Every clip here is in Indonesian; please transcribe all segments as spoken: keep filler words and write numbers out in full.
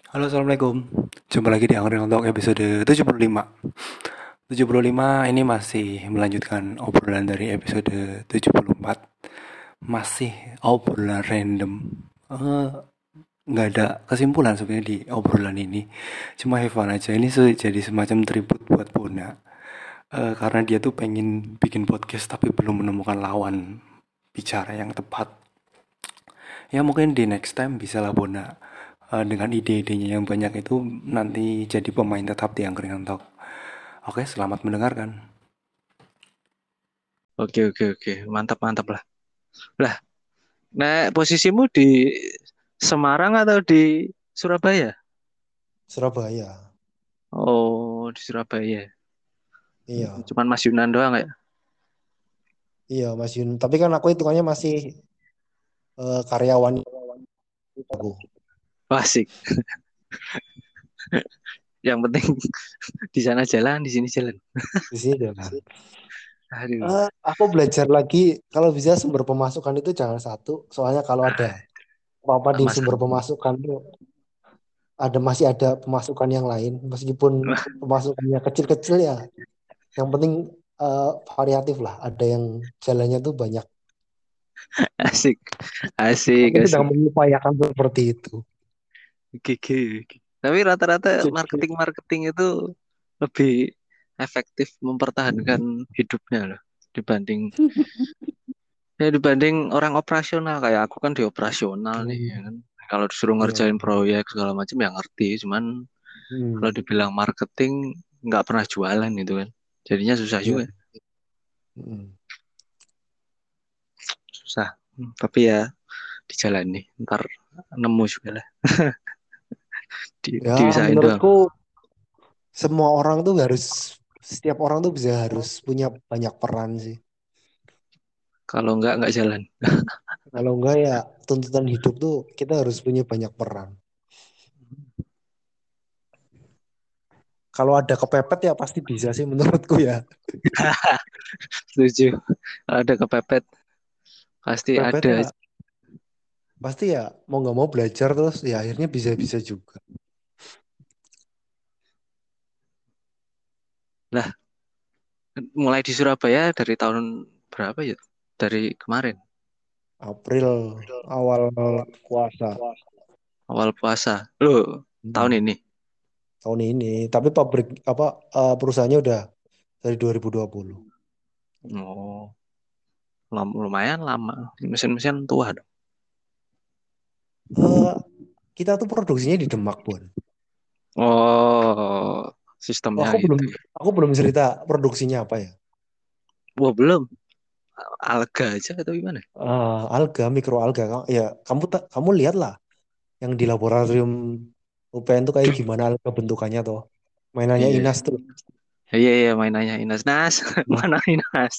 Halo, assalamualaikum. Jumpa lagi di Angkring untuk episode tujuh puluh lima. tujuh puluh lima ini masih melanjutkan obrolan dari episode tujuh puluh empat. Masih obrolan random. Eh, nggak ada kesimpulan sebenarnya di obrolan ini. Cuma have fun aja. Ini se- jadi semacam tribute buat Bona. Eh, karena dia tuh pengen bikin podcast tapi belum menemukan lawan bicara yang tepat. Ya mungkin di next time bisa lah Bona, eh, dengan ide-idenya yang banyak itu nanti jadi pemain tetap di Angkringan Talk. Oke, selamat mendengarkan. Oke, oke, oke. Mantap, mantap lah. Lah, nah posisimu di Semarang atau di Surabaya? Surabaya. Oh, di Surabaya. Iya, Cuman Mas Yunan doang ya? iya Mas Yun. Tapi kan aku hitungannya masih eh, karyawan aku. Wah, asik. Yang penting di sana jalan, di sini jalan. Di sini jalan. Aduh, Eh, aku belajar lagi kalau bisa sumber pemasukan itu jangan satu. Soalnya kalau ada apa-apa di sumber sama-sama. pemasukan itu ada masih ada pemasukan yang lain. Meskipun pemasukannya kecil-kecil ya. Yang penting eh, variatif lah. Ada yang jalannya tuh banyak. Asik, asik, Aku sedang asik. mengupayakan seperti itu. Gigi. Tapi rata-rata Jadi, marketing-marketing itu lebih efektif mempertahankan hidupnya loh dibanding ya dibanding orang operasional kayak aku kan di operasional nih ya hmm, kan. Kalau disuruh iya. ngerjain proyek segala macam ya ngerti, cuman kalau Hmm, dibilang marketing nggak pernah jualan gitu kan. Jadinya susah iya. juga, Hmm. susah. Hmm, Tapi ya dijalani, ntar nemu juga lah di Ya, diusahain doang. menurutku semua orang tuh harus, setiap orang tuh bisa harus punya banyak peran sih. Kalau nggak nggak jalan. Kalau enggak ya tuntutan hidup tuh kita harus punya banyak peran. Kalau ada kepepet ya pasti bisa sih menurutku ya. Setuju. Kalau ada kepepet pasti Kepepet ada. ya pasti ya mau nggak mau belajar terus ya akhirnya bisa-bisa juga. Lah, mulai di Surabaya dari tahun berapa ya? Dari kemarin, April awal puasa. awal puasa. Loh, tahun Hmm, ini. tahun ini. Tapi pabrik apa eh, perusahaannya udah dari dua ribu dua puluh. Oh, lam- lumayan lama. Mesin-mesin tua dong. Eh, kita tuh produksinya di Demak, Bon. Oh, Oh, sistemnya aku belum gitu ya. aku belum cerita produksinya apa ya. Wah, belum. Alga aja atau gimana? Eh, alga, mikroalga. Ka- Ya, kamu tak kamu lihat lah yang di laboratorium U P N tuh kayak gimana alga bentukannya tuh. Mainannya Iya. Inas tuh. Iya, iya, mainannya Inas. Nas, Nah, mana Inas?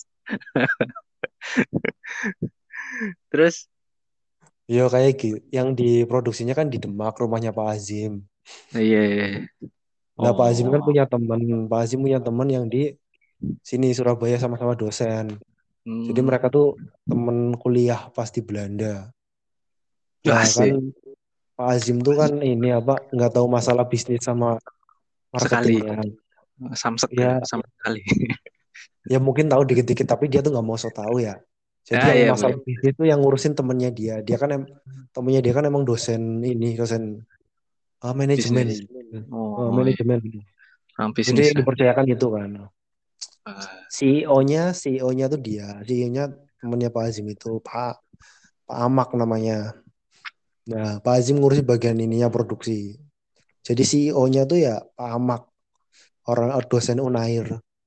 Terus, iya kayak gitu. Yang diproduksinya kan di Demak, rumahnya Pak Azim. iya, iya. Nah, Pak Azim kan Oh, punya teman, Pak Azim punya teman yang di sini Surabaya sama-sama dosen. Jadi hmm, mereka tuh temen kuliah pas di Belanda. Nah, kan asik. Pak Azim tuh kan ini apa nggak tahu masalah bisnis sama Sekali. marketingnya. Samsek ya, Ya, sama sekali. ya mungkin tahu dikit-dikit tapi dia tuh nggak mau so tahu ya. Jadi Ya, yang iya, masalah boleh. bisnis itu yang ngurusin temennya dia. Dia kan em, temennya dia kan emang dosen ini, dosen ah, manajemen. Bisnis. Eh, Oh, iya. manajemen. Orang Jadi bisnis yang ya. dipercayakan itu kan. Ah, C E O-nya, C E O-nya tuh dia. C E O-nya temennya Pak Azim itu, Pak Pak Amak namanya. Nah, Pak Azim ngurusin bagian ininya produksi. Jadi C E O-nya tuh ya Pak Amak, orang dosen Unair.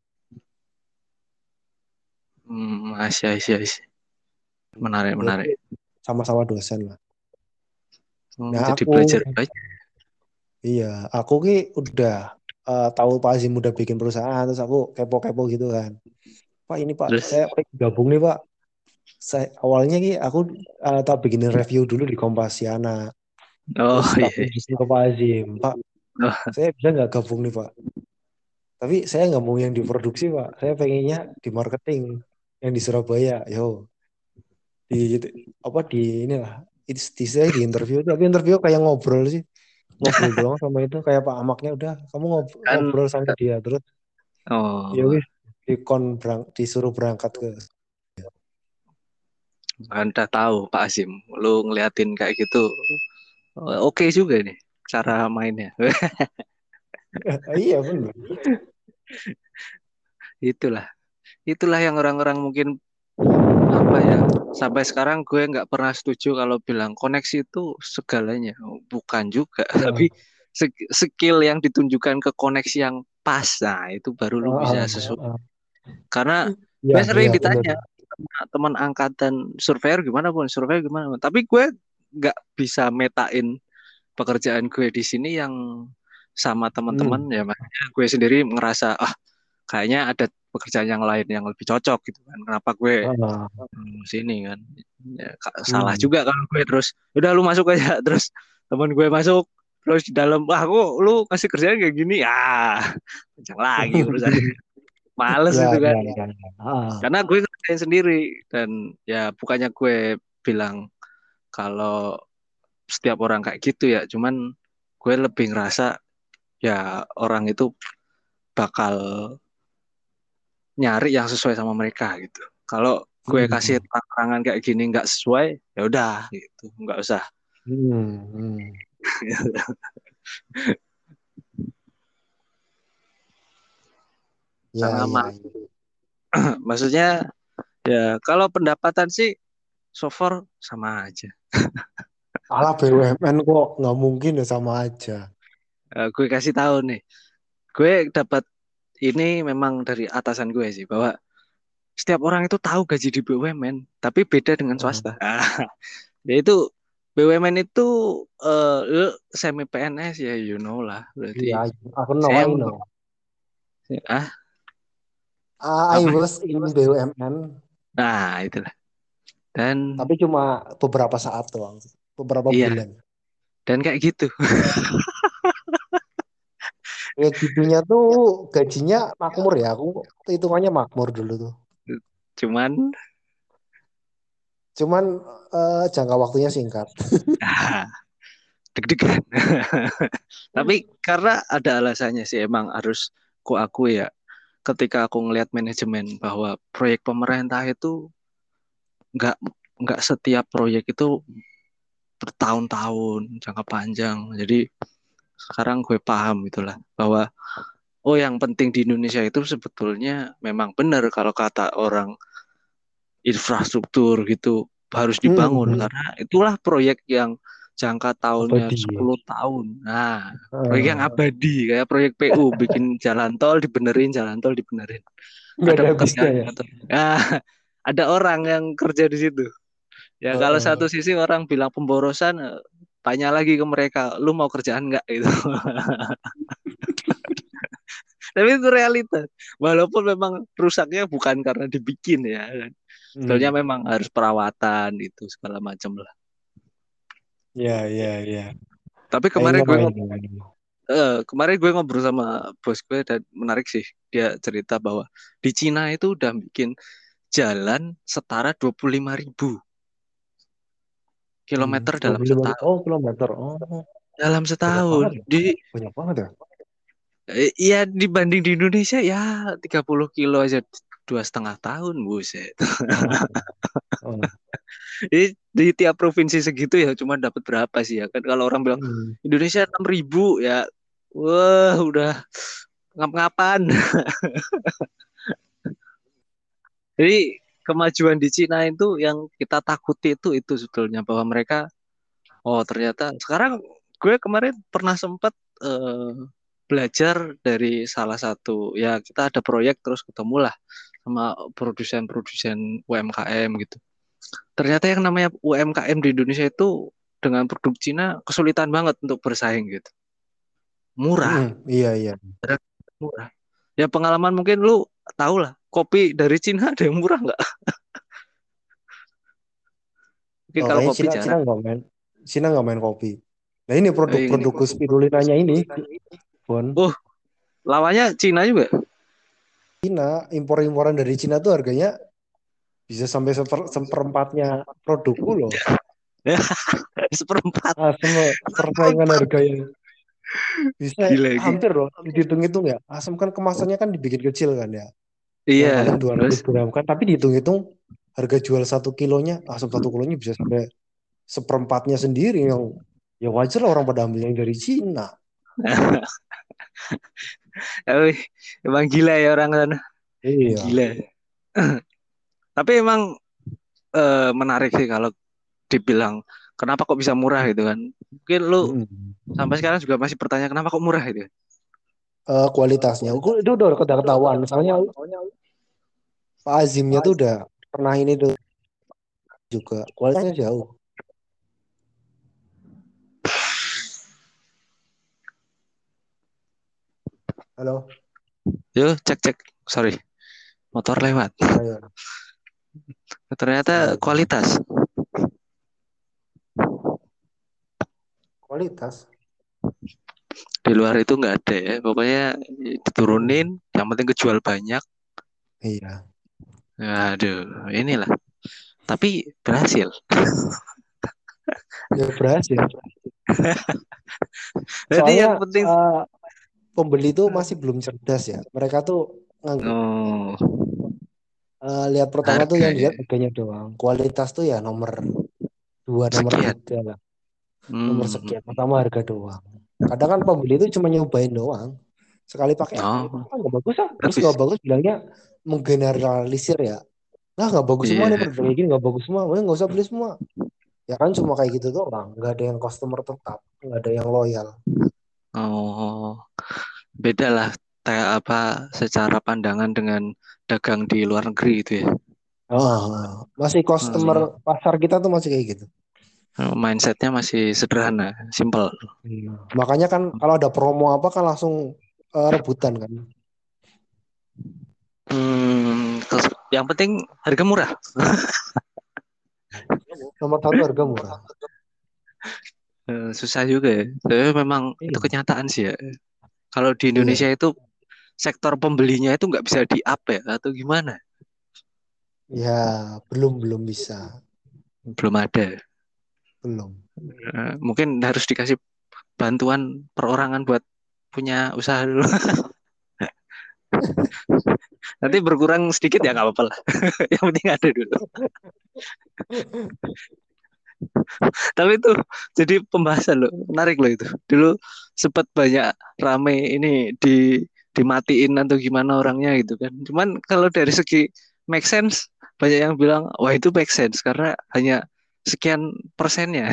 hmm, Asia, Asia, Asia. Menarik, Jadi menarik. sama-sama dosen lah. Hmm, Nah, jadi aku belajar banyak. iya, aku ki udah eh, tahu Pak Azim udah bikin perusahaan, terus aku kepo-kepo gitu kan. Pak ini Pak, Terus, saya pengen gabung nih Pak. Saya awalnya ki aku eh, tak bikinin review dulu di Kompasiana, oh terus tak iya, iya. jelasin ke Pak Azim, Pak, Oh, saya bisa nggak gabung nih Pak. Tapi saya nggak mau yang diproduksi Pak, saya pengennya di marketing yang di Surabaya. Yo, di apa di inilah, it's di saya di interview, tapi interview kayak ngobrol sih, ngobrol doang sama itu kayak Pak Amaknya udah kamu ngob- Kan ngobrol sama dia terus ya oh wis dikon berang, disuruh berangkat ke kan udah tahu Pak Azim, lu ngeliatin kayak gitu. Oh, oke juga nih cara mainnya. iya benar. Itulah, itulah yang orang-orang mungkin apa ya, sampai sekarang gue nggak pernah setuju kalau bilang koneksi itu segalanya. Bukan juga, Ya. tapi se- skill yang ditunjukkan ke koneksi yang pas, nah itu baru lu Ah, bisa ah, sesuai. ah. Karena Ya, gue sering ya benar. ditanya sama teman angkatan surveyor gimana pun, surveyor gimana pun. Tapi gue nggak bisa metain pekerjaan gue di sini yang sama teman-teman Hmm. ya, makanya gue sendiri ngerasa ah kayaknya ada pekerjaan yang lain yang lebih cocok gitu kan. Kenapa gue Ah, hmm, sini kan? Ya, ka- salah hmm. juga kan gue terus. Udah lu masuk aja terus teman gue masuk terus di dalam wah kok lu kasih kerjaan kayak gini ah panjang lagi urusan. Males Ya, itu kan. ya, ya, ya. Ah. Karena gue ngerjain sendiri dan ya bukannya gue bilang kalau setiap orang kayak gitu ya, cuman gue lebih ngerasa ya orang itu bakal nyari yang sesuai sama mereka gitu. Kalau gue kasih Hmm. tantangan kayak gini nggak sesuai, ya udah gitu, nggak usah. Hmm. Hmm. Ya, Karena ya, ma- ya. maksudnya ya kalau pendapatan sih so far sama aja. Alah B U M N kok nggak mungkin ya sama aja. Eh, gue kasih tahu nih, gue dapat ini memang dari atasan gue sih bahwa setiap orang itu tahu gaji di B U M N, tapi beda dengan Ah. swasta. Yaitu B U M N itu eh lu semi P N S ya, you know lah. Berarti Iya, aku know, saya I know. ah I apa? was in B U M N, Nah, itulah. Dan tapi cuma beberapa saat doang, beberapa iya, bulan. dan kayak gitu. Ya gitunya tuh gajinya makmur ya, aku hitungannya makmur dulu tuh. Cuman Cuman eh, jangka waktunya singkat. ah, deg-degan. Tapi karena ada alasannya sih emang harus ku akui ya. Ketika aku ngelihat manajemen bahwa proyek pemerintah itu nggak nggak setiap proyek itu bertahun-tahun jangka panjang. Jadi sekarang gue paham itulah bahwa oh yang penting di Indonesia itu sebetulnya memang benar kalau kata orang infrastruktur gitu harus dibangun Hmm, karena itulah proyek yang jangka tahunnya abadi. sepuluh tahun. Nah, proyek yang Eh, abadi kayak proyek P U bikin jalan tol dibenerin, jalan tol dibenerin. nggak Ada ada habisnya pekerjaan ya. atau nah, ada orang yang kerja di situ. Ya kalau Eh, satu sisi orang bilang pemborosan, eh, tanya lagi ke mereka, lu mau kerjaan nggak gitu. Tapi itu realita. Walaupun memang rusaknya bukan karena dibikin ya kan. Sebetulnya hmm. memang harus perawatan itu segala macam lah. Ya, ya, ya. Tapi I kemarin know, gue I ngob know, I know. eh, kemarin gue ngobrol sama bos gue dan menarik sih. Dia cerita bahwa di Cina itu udah bikin jalan setara dua puluh lima ribu Hmm, kilometer dalam dua puluh lima setahun. oh kilometer. Oh, Dalam banyak banget setahun. ya. Di Banyak banget ya. eh, ya dibanding di Indonesia ya tiga puluh kilo aja dua setengah tahun buset. Oh, oh. Jadi di tiap provinsi segitu ya cuma dapat berapa sih ya kan kalau orang bilang Hmm. Indonesia enam ribu ya wah udah ngap-ngapan. Jadi kemajuan di Cina itu yang kita takuti itu itu sebetulnya bahwa mereka oh ternyata sekarang gue kemarin pernah sempat eh, belajar dari salah satu ya kita ada proyek terus ketemu lah sama produsen-produsen U M K M gitu. Ternyata yang namanya U M K M di Indonesia itu dengan produk Cina kesulitan banget untuk bersaing gitu. Murah, Hmm, iya, iya. murah. Ya pengalaman mungkin lu tahu lah, kopi dari Cina ada yang murah nggak? Mungkin Oh, kalau kayaknya kopi Cina Cina jarang. nggak main Cina nggak main kopi. Nah ini Eh, ini. produk-produkku spirulinanya ini, Bon. Oh, lawannya Cina juga. Cina impor-imporan dari Cina tuh harganya bisa sampai seper, seperempatnya produkku loh. Seperempat. Ah, sama persaingan Seperempat. harganya. Bisa Gila, gila. hampir loh dihitung-hitung ya. Asam kan kemasannya kan dibikin kecil kan ya. Yang Iya, paling dua ratus terus gram kan. Tapi dihitung-hitung harga jual satu kilonya, asam satu kilonya bisa sampai seperempatnya sendiri. Yang ya wajar lah orang pada ambil yang dari Cina. tapi emang gila ya orang sana. Iya. Gila. Tapi emang eh, menarik sih kalau dibilang kenapa kok bisa murah gitu kan. Mungkin lu Mm-mm. sampai sekarang juga masih bertanya kenapa kok murah gitu. Eh, kualitasnya. Gua- Itu udah udah ketahuan. Misalnya Pak Azimnya tuh udah pernah ini tuh juga. Kualitasnya jauh. Halo. Yo, cek cek. Sorry, motor lewat. Ayo. Ternyata Ayo. kualitas. Kualitas. Di luar itu nggak ada ya. Pokoknya diturunin, yang penting kejual banyak. Iya. Aduh, inilah. Tapi berhasil. Ya berhasil. Jadi Soalnya yang penting. eh, pembeli itu masih belum cerdas ya. Mereka tuh nganggep Oh, eh, lihat pertama tuh harga yang ya. dilihat harganya doang. Kualitas tuh ya nomor dua, nomor Sekian. tiga lah. Nomor Hmm. sekian. Pertama harga doang. Kadang kan pembeli itu cuma nyobain doang. Sekali pakai ah, Oh, ah, nggak bagus ah. Terus habis. nggak bagus bilangnya menggeneralisir ya. Lah nggak bagus semua nih Iya. produk kayak gini nggak bagus semua. Wah, nggak usah beli semua. Ya kan cuma kayak gitu doang. Nggak ada yang customer tetap. Nggak ada yang loyal. Oh, beda lah. Kayak apa secara pandangan dengan dagang di luar negeri itu ya. Oh, masih customer Hmm. pasar kita tuh masih kayak gitu. Mindsetnya masih sederhana, simple. Iya. Makanya kan kalau ada promo apa kan langsung eh, rebutan kan. Hmm, terus yang penting harga murah. Nomor satu harga murah. Eh, susah juga ya. Tapi memang itu Iya. kenyataan sih ya. Kalau di Iya. Indonesia itu sektor pembelinya itu nggak bisa di up ya atau gimana? Ya, belum belum bisa. Belum ada. Belum. Eh, mungkin harus dikasih bantuan perorangan buat punya usaha dulu. Nanti berkurang sedikit ya nggak apa-apa lah. Yang penting ada dulu. Tapi itu jadi pembahasan loh, menarik loh itu. Dulu sempat banyak rame ini di dimatiin atau gimana orangnya gitu kan. Cuman kalau dari segi make sense, banyak yang bilang wah itu make sense karena hanya sekian persennya.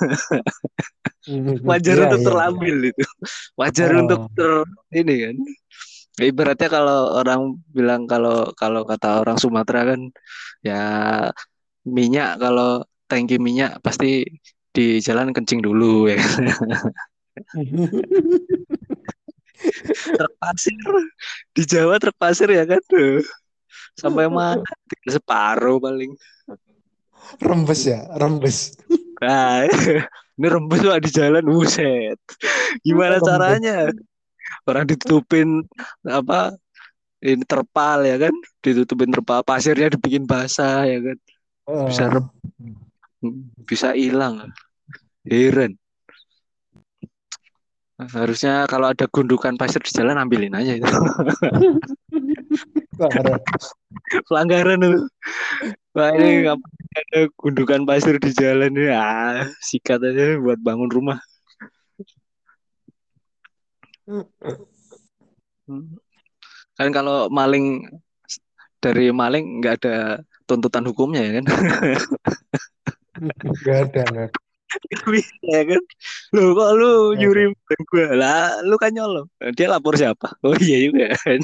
Wajar Iya, untuk iya, iya. terlambil itu. Wajar untuk Oh. ter ini kan. Ibaratnya kalau orang bilang kalau kalau kata orang Sumatera kan ya minyak kalau tangki minyak pasti di jalan kencing dulu ya. Truk pasir di Jawa truk pasir ya kan tuh. Sampai mana? Tinggal separuh paling. Rembes ya, rembes. Nah, ini rembes lah di jalan, buset. Gimana Rembes. caranya? Orang ditutupin apa? Ini terpal ya kan? Ditutupin terpal, pasirnya dibikin basah ya kan? Bisa Eh, rep, bisa hilang. Heran. Harusnya kalau ada gundukan pasir di jalan ambilin aja itu. parah. Pelanggaran itu. Wah ini ngapain ada gundukan pasir di jalan ini? Ah, sikat aja buat bangun rumah. Kan kalau maling dari maling nggak ada tuntutan hukumnya ya kan? Gak ada, gak ada. Bisa ya kan? Lu kok lu Gak nyuri ada. barang gua lah, lu kan nyolong. Dia lapor siapa? Oh iya juga kan?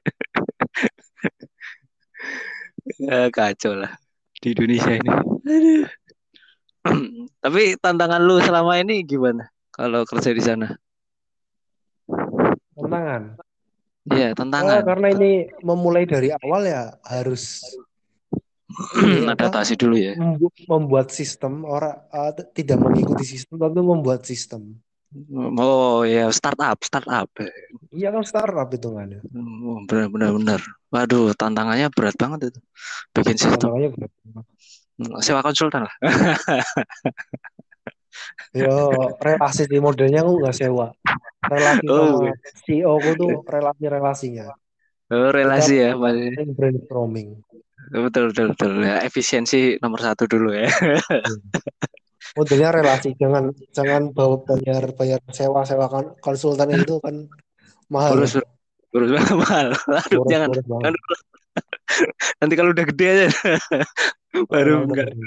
Ya, kacau lah di Indonesia ini. Aduh. Tapi tantangan lu selama ini gimana? Kalau kerja di sana? Tantangan. Iya, Eh, tantangan. karena ini memulai dari awal ya harus ini apa Adaptasi dulu ya. membu- membuat sistem orang eh, t- tidak mengikuti sistem tapi membuat sistem. Oh ya, startup, startup. Iya kan startup hitungannya. Oh, benar-benar benar. Waduh, tantangannya berat banget itu. Bikin sistem. Tantangannya berat. Sewa konsultan lah. Yo, relasi sih modelnya aku nggak sewa. relasi Oh, sama C E O ku tuh relasi-relasinya. oh, Kita relasi ya, Mas. sering brainstorming. Betul, betul, betul. Ya, efisiensi nomor satu dulu ya. Hmm. Modelnya relasi, jangan jangan bawa bayar bayar sewa sewa kan konsultan itu kan mahal ya, Boros, boros mahal. Aduh, boros jangan. boros banget. Aduh, nanti kalau udah gede aja, Oh, baru kalau udah enggak. gede.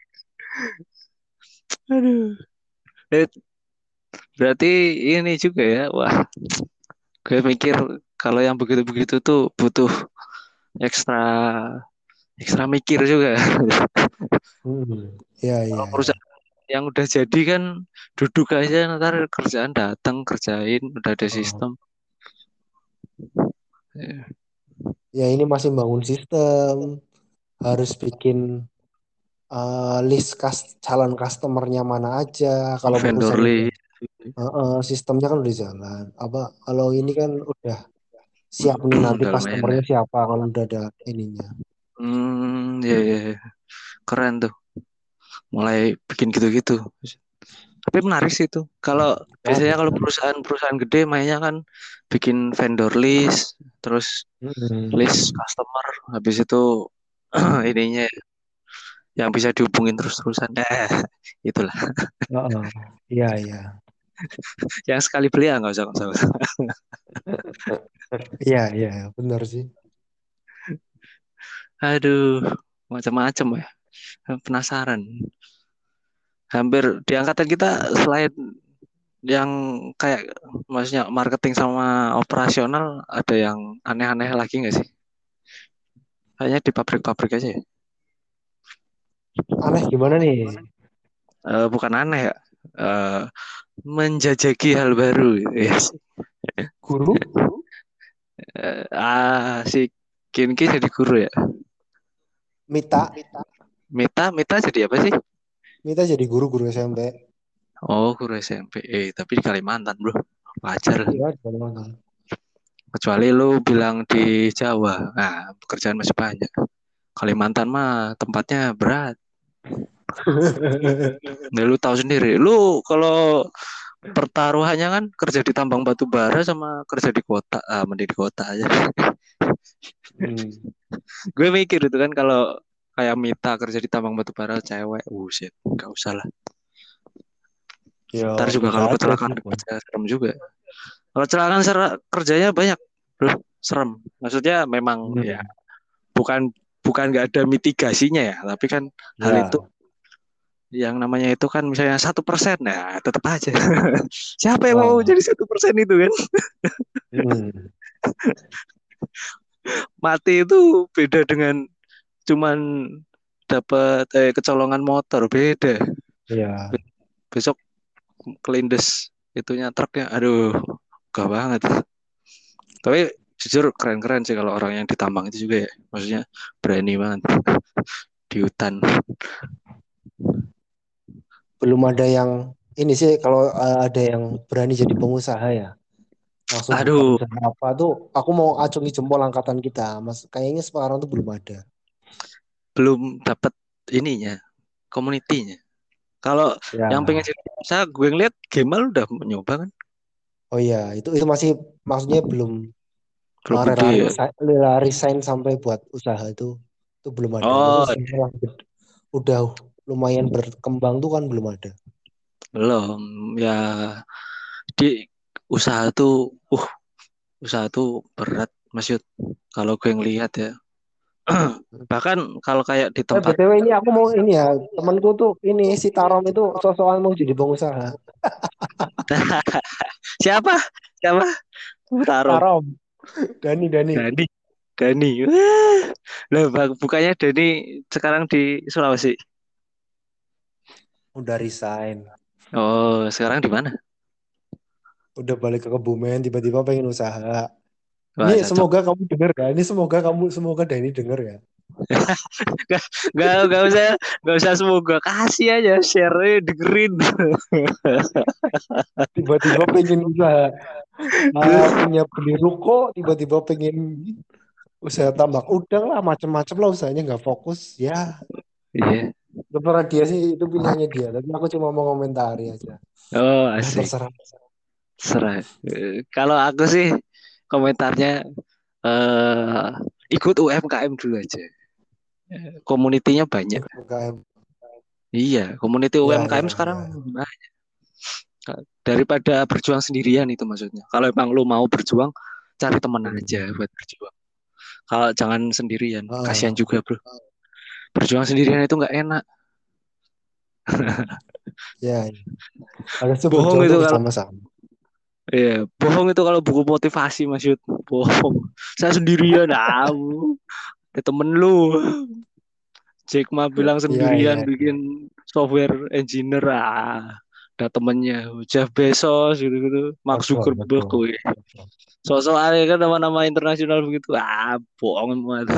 Aduh. Eh, berarti ini juga ya. Wah, gue mikir kalau yang begitu-begitu tuh butuh ekstra ekstra mikir juga. Hmm. Iya iya Kalau iya. perusahaan yang udah jadi kan duduk aja ntar kerjaan datang kerjain udah ada Oh. sistem. Ya, Ya ini masih bangun sistem, harus bikin uh, list kas- calon customernya mana aja. Kalau vendor perusahaan udah list. uh, uh, sistemnya kan udah jalan. Apa kalau ini kan udah siap nih nanti Udah lumayan ya. customernya siapa kalau udah ada ininya. Hmm, ya, ya, ya. Keren tuh. Mulai bikin gitu-gitu. Tapi menarik sih itu. Kalau biasanya kalau perusahaan-perusahaan gede mainnya kan bikin vendor list, terus Hmm. list customer, habis itu ininya yang bisa dihubungin terus-terusan. Eh, itulah. Heeh. Iya iya. Yang sekali beli ya nggak usah, nggak usah. Iya iya benar sih. Aduh, macam-macam ya. Penasaran. Hampir di angkatan kita selain yang kayak maksudnya marketing sama operasional ada yang aneh-aneh lagi nggak sih? Kayaknya di pabrik-pabrik aja ya. Aneh gimana nih? Eh, bukan aneh ya. Eh, menjajaki hal baru gitu. Yes. Guru? Eh, ah, si Kinki jadi guru ya. Mita, Mita, Mita jadi apa sih? Mita jadi guru-guru S M P. Oh, guru S M P. Eh, tapi di Kalimantan, bro. Wajar. Iya, di Kalimantan. Kecuali lu bilang di Jawa. Nah, pekerjaan masih banyak. Kalimantan mah tempatnya berat. Nah, lu tahu sendiri. Lu kalau pertaruhannya kan kerja di tambang batu bara sama kerja di kota. Ah, mending di kota aja. Hmm. Gue mikir itu kan kalau kayak Mita kerja di tambang batu bara cewek, uh shit, nggak usah lah. Ya Ntar juga bisa kalau aja kecelakaan sih. kerja serem juga. Kalau kecelakaan ser- kerjanya banyak, bro, serem. Maksudnya memang ya Hmm. bukan bukan nggak ada mitigasinya ya, tapi kan hal itu Ya. yang namanya itu kan misalnya satu persen, ya tetap aja. Siapa yang mau Oh. jadi satu persen itu kan? Hmm. Mati itu beda dengan cuman dapat eh, kecolongan motor, beda. Ya. Besok kelindes itunya truknya, aduh, gak banget. Tapi jujur keren-keren sih kalau orang yang ditambang itu juga ya, maksudnya berani banget di hutan. Belum ada yang ini sih kalau uh, ada yang berani jadi pengusaha ya. Langsung buka Aduh, usaha apa tuh aku mau acungi jempol angkatan kita. Mas kayaknya sekarang tuh belum ada. belum dapat ininya, komunitinya. Kalau yang Ya. pengen jadi pengusaha, gue ngeliat Gemal udah nyoba kan, Oh iya, itu itu masih maksudnya belum belum uh, gede rela ya. resign, rela resign sampai buat usaha itu itu belum ada. Oh, Maksudnya setelah udah lumayan berkembang tuh kan belum ada. belum. Ya, di usaha tuh, uh, usaha tuh berat, Mas Yud. Kalau gue ngelihat ya. Bahkan kalau kayak di Eh tempat B T W ini aku mau ini ya, temanku tuh ini si Tarom itu sosokan mau jadi pengusaha. siapa? Siapa? Taruh Tarom, Dani Dani Dani. Dani. Wah. Lah, Bang, bukannya Dani sekarang di Sulawesi. udah resign, Oh, sekarang di mana? udah balik ke Kebumen, tiba-tiba pengen usaha. Ini Wah, cocok. semoga kamu denger ya, ini semoga kamu semoga Dani denger ya. Gak, gak, gak usah, gak usah semoga kasih aja share dengerin. Tiba-tiba pengen usaha, ah, punya beli ruko, tiba-tiba pengen usaha tambak udang lah, macem-macem lah usahanya nggak fokus. Ya, Iya. terserah dia sih itu pilihannya dia. Tapi aku cuma mau komentari aja. Oh, Ya asik. terserah. serah. Eh, Kalau aku sih komentarnya eh ikut U M K M dulu aja. Eh, Komunitinya banyak. U M K M. Iya, komuniti Ya, U M K M ya, sekarang ya. banyak. Daripada berjuang sendirian itu maksudnya. Kalau emang lu mau berjuang, cari teman aja Hmm. buat berjuang. Kalau jangan sendirian, kasihan Ah, juga bro. Berjuang sendirian itu nggak enak. ya, ya. Harusnya Bohong berjuang itu tuh kalau bersama-sama. Iya, bohong itu kalau buku motivasi Mas Yud. Bohong. Saya sendirian, ah, ada temen lu. Jack Ma bilang Iya, iya, sendirian iya. bikin software engineer, ah, ada temennya. Jeff Bezos gitu-gitu, Mark Betul, Zuckerberg, betul. weh. Soal kan nama-nama internasional begitu, ah, bohong semua itu.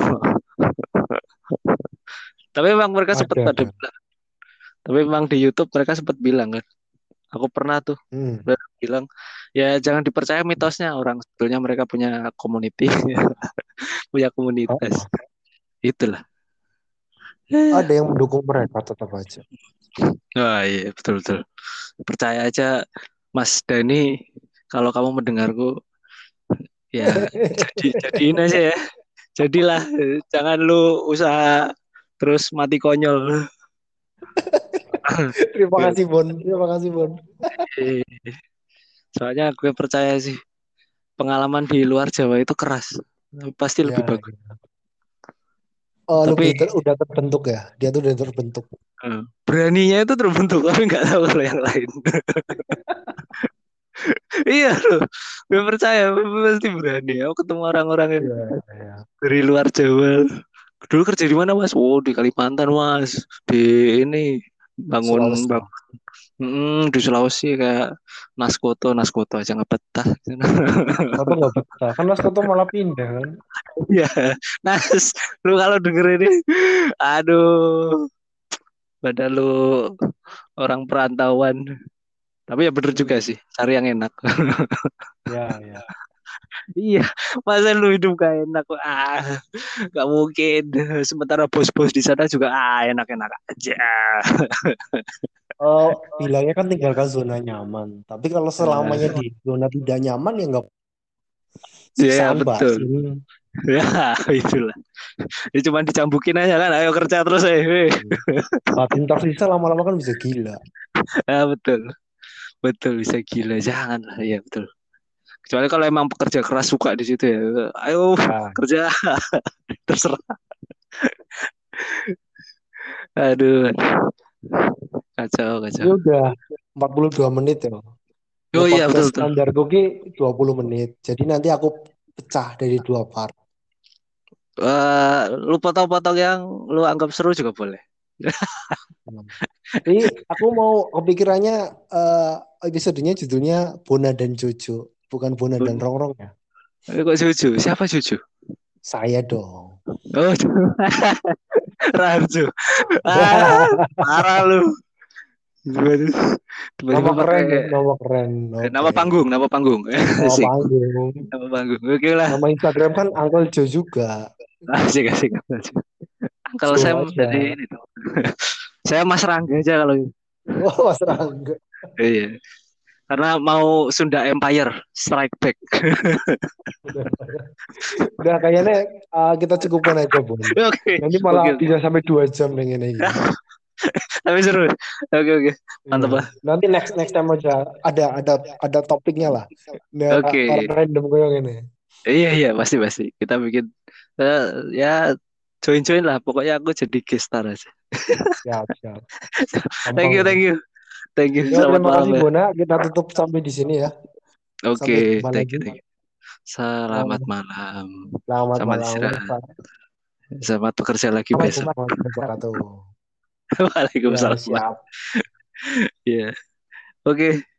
Tapi memang mereka sempat Ada, pada ada. bilang, tapi memang di YouTube mereka sempat bilang kan, aku pernah tuh Hmm. mereka bilang, ya jangan dipercaya mitosnya orang sebetulnya mereka punya community, punya komunitas, Oh, itulah. ada yang mendukung mereka tetap aja. Wah iya betul betul. Percaya aja Mas Dani, kalau kamu mendengarku, ya jadi jadiin aja ya. Jadilah, jangan lu usaha terus mati konyol. Terima kasih, Bon. Terima kasih, Bon. Soalnya gue percaya sih pengalaman di luar Jawa itu keras, pasti lebih Ya, bagus. ya. Oh, Tapi lebih ter- udah terbentuk ya. Dia tuh udah terbentuk. eh, beraninya itu terbentuk, tapi nggak tahu kalau yang lain. Iya loh, gue percaya pasti berani. Aku ketemu orang-orang yang Iya, iya. dari luar Jawa. Dulu kerja di mana Mas? Oh di Kalimantan Mas, di ini bangun Sulawesi. bangun mm, di Sulawesi kayak Naskoto Naskoto aja nggak betah. Koto nggak betah. Kan Mas Koto malah pindah kan. Ya, Nas, lu kalau denger ini, aduh, padahal lu orang perantauan. Tapi ya bener juga Hmm. sih, cari yang enak. Ya, ya. Iya, masa lu hidup gak enak? Ah, gak mungkin. Sementara bos-bos di sana juga ah enak-enak aja. Oh, bilangnya kan tinggalkan zona nyaman. Tapi kalau selamanya Eh, di zona tidak nyaman ya nggak Iya siksaan betul. batin. Ya itulah. Ya cuma dicambukin aja kan. Ayo kerja terus eh. Weh. Batin tersisa lama-lama kan bisa gila. Ya betul. Betul bisa gila. Jangan lah. Ya betul. Kecuali kalau emang pekerja keras suka di situ ya. Ayo Ya, kerja terserah. Aduh, kacau ini kacau. udah empat puluh dua menit ya. Ya Oh iya betul podcast betul. standar gue dua puluh menit. Jadi nanti aku pecah dari dua part. Eh, lu potong-potong yang lu anggap seru juga boleh. Hmm. Jadi aku mau kepikirannya eh, episodenya judulnya Bona dan Jojo, bukan Bona dan Rongrong ya. Eh, Kok Juju? Siapa Juju? Saya dong. Oh, Rancu. Ah, parah lu. Tiba-tiba Nama tiba-tiba keren pakai dong, nama keren. nama Oke. panggung, nama panggung. Nama Asik, panggung. nama panggung. Oke lah. Nama Instagram kan Uncle Joe juga. Asik, asik, asik. Kalau Joe saya jadi aja. ini tuh. Saya Mas Rangga aja kalau itu. Oh, Mas Rangga. Iya. Karena mau Sunda Empire strike back. Udah kayaknya uh, kita cukupkan aja, Bon. Oke, Nanti oke, malah oke. bisa sampai dua jam dengan ini. Tapi seru. Oke, oke. Iya. Mantap lah. Nanti next next time aja ada ada ada topiknya lah. Nggak Oke. random kayak gini. Iya, iya, pasti, pasti. Kita bikin eh, ya join-join lah. Pokoknya aku jadi guest star aja. Siap, siap. Thank Gampang you, itu. thank you. Thank you. Ya, Selamat terima malam kasih ya. Bona. Kita tutup sampai di sini ya. Sampai Oke, jumpa thank lagi. you, thank you. Selamat malam. Selamat Selamat malam. istirahat. Selamat bekerja lagi besok. Assalamualaikum warahmatullahi wabarakatuh. Ya, Waalaikumsalam. siap. Iya. Oke.